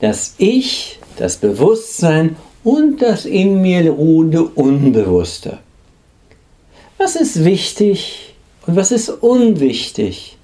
das Ich, das Bewusstsein und das in mir ruhende Unbewusste. Was ist wichtig und was ist unwichtig?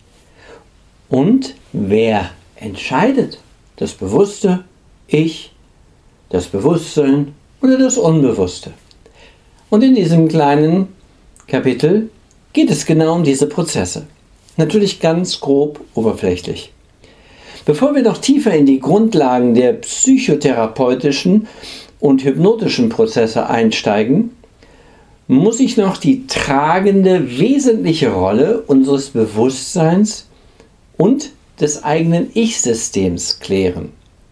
Und wer entscheidet? Das Bewusste, Ich, das Bewusstsein oder das Unbewusste? Und in diesem kleinen Kapitel geht es genau um diese Prozesse. Natürlich ganz grob oberflächlich. Bevor wir noch tiefer in die Grundlagen der psychotherapeutischen und hypnotischen Prozesse einsteigen, muss ich noch die tragende, wesentliche Rolle unseres Bewusstseins und des eigenen Ich-Systems klären.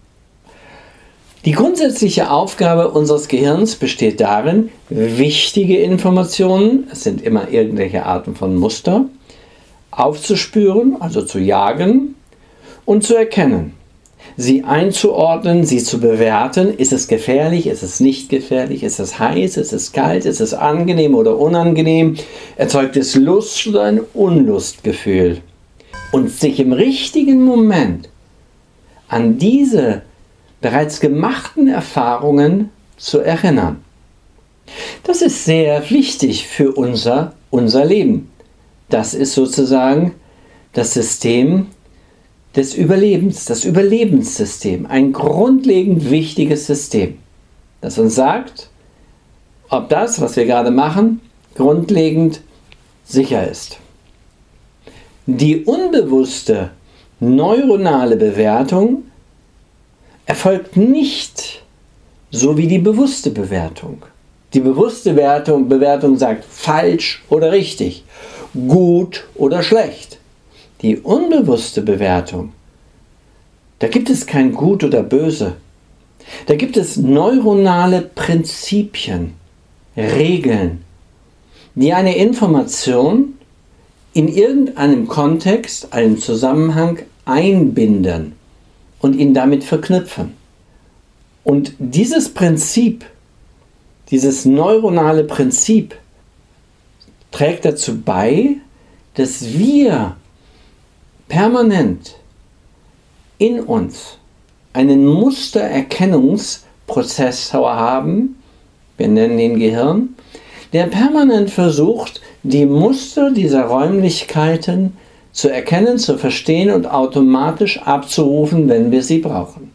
Die grundsätzliche Aufgabe unseres Gehirns besteht darin, wichtige Informationen, es sind immer irgendwelche Arten von Muster, aufzuspüren, also zu jagen und zu erkennen, sie einzuordnen, sie zu bewerten. Ist es gefährlich, ist es nicht gefährlich, ist es heiß, ist es kalt, ist es angenehm oder unangenehm, erzeugt es Lust oder ein Unlustgefühl. Und sich im richtigen Moment an diese bereits gemachten Erfahrungen zu erinnern. Das ist sehr wichtig für unser Leben. Das ist sozusagen das System des Überlebens, das Überlebenssystem, ein grundlegend wichtiges System, das uns sagt, ob das, was wir gerade machen, grundlegend sicher ist. Die unbewusste neuronale Bewertung erfolgt nicht so wie die bewusste Bewertung. Die bewusste Bewertung sagt falsch oder richtig, gut oder schlecht. Die unbewusste Bewertung, da gibt es kein Gut oder Böse. Da gibt es neuronale Prinzipien, Regeln, die eine Information in irgendeinem Kontext, einem Zusammenhang einbinden und ihn damit verknüpfen. Und dieses Prinzip, dieses neuronale Prinzip trägt dazu bei, dass wir permanent in uns einen Mustererkennungsprozessor haben, wir nennen ihn Gehirn, der permanent versucht, die Muster dieser Räumlichkeiten zu erkennen, zu verstehen und automatisch abzurufen, wenn wir sie brauchen.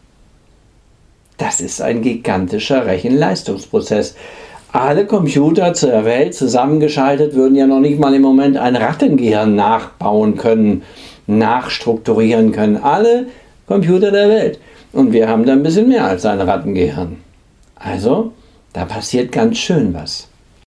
Das ist ein gigantischer Rechenleistungsprozess. Alle Computer der Welt zusammengeschaltet würden ja noch nicht mal im Moment ein Rattengehirn nachbauen können, nachstrukturieren können. Alle Computer der Welt. Und wir haben da ein bisschen mehr als ein Rattengehirn. Also, da passiert ganz schön was.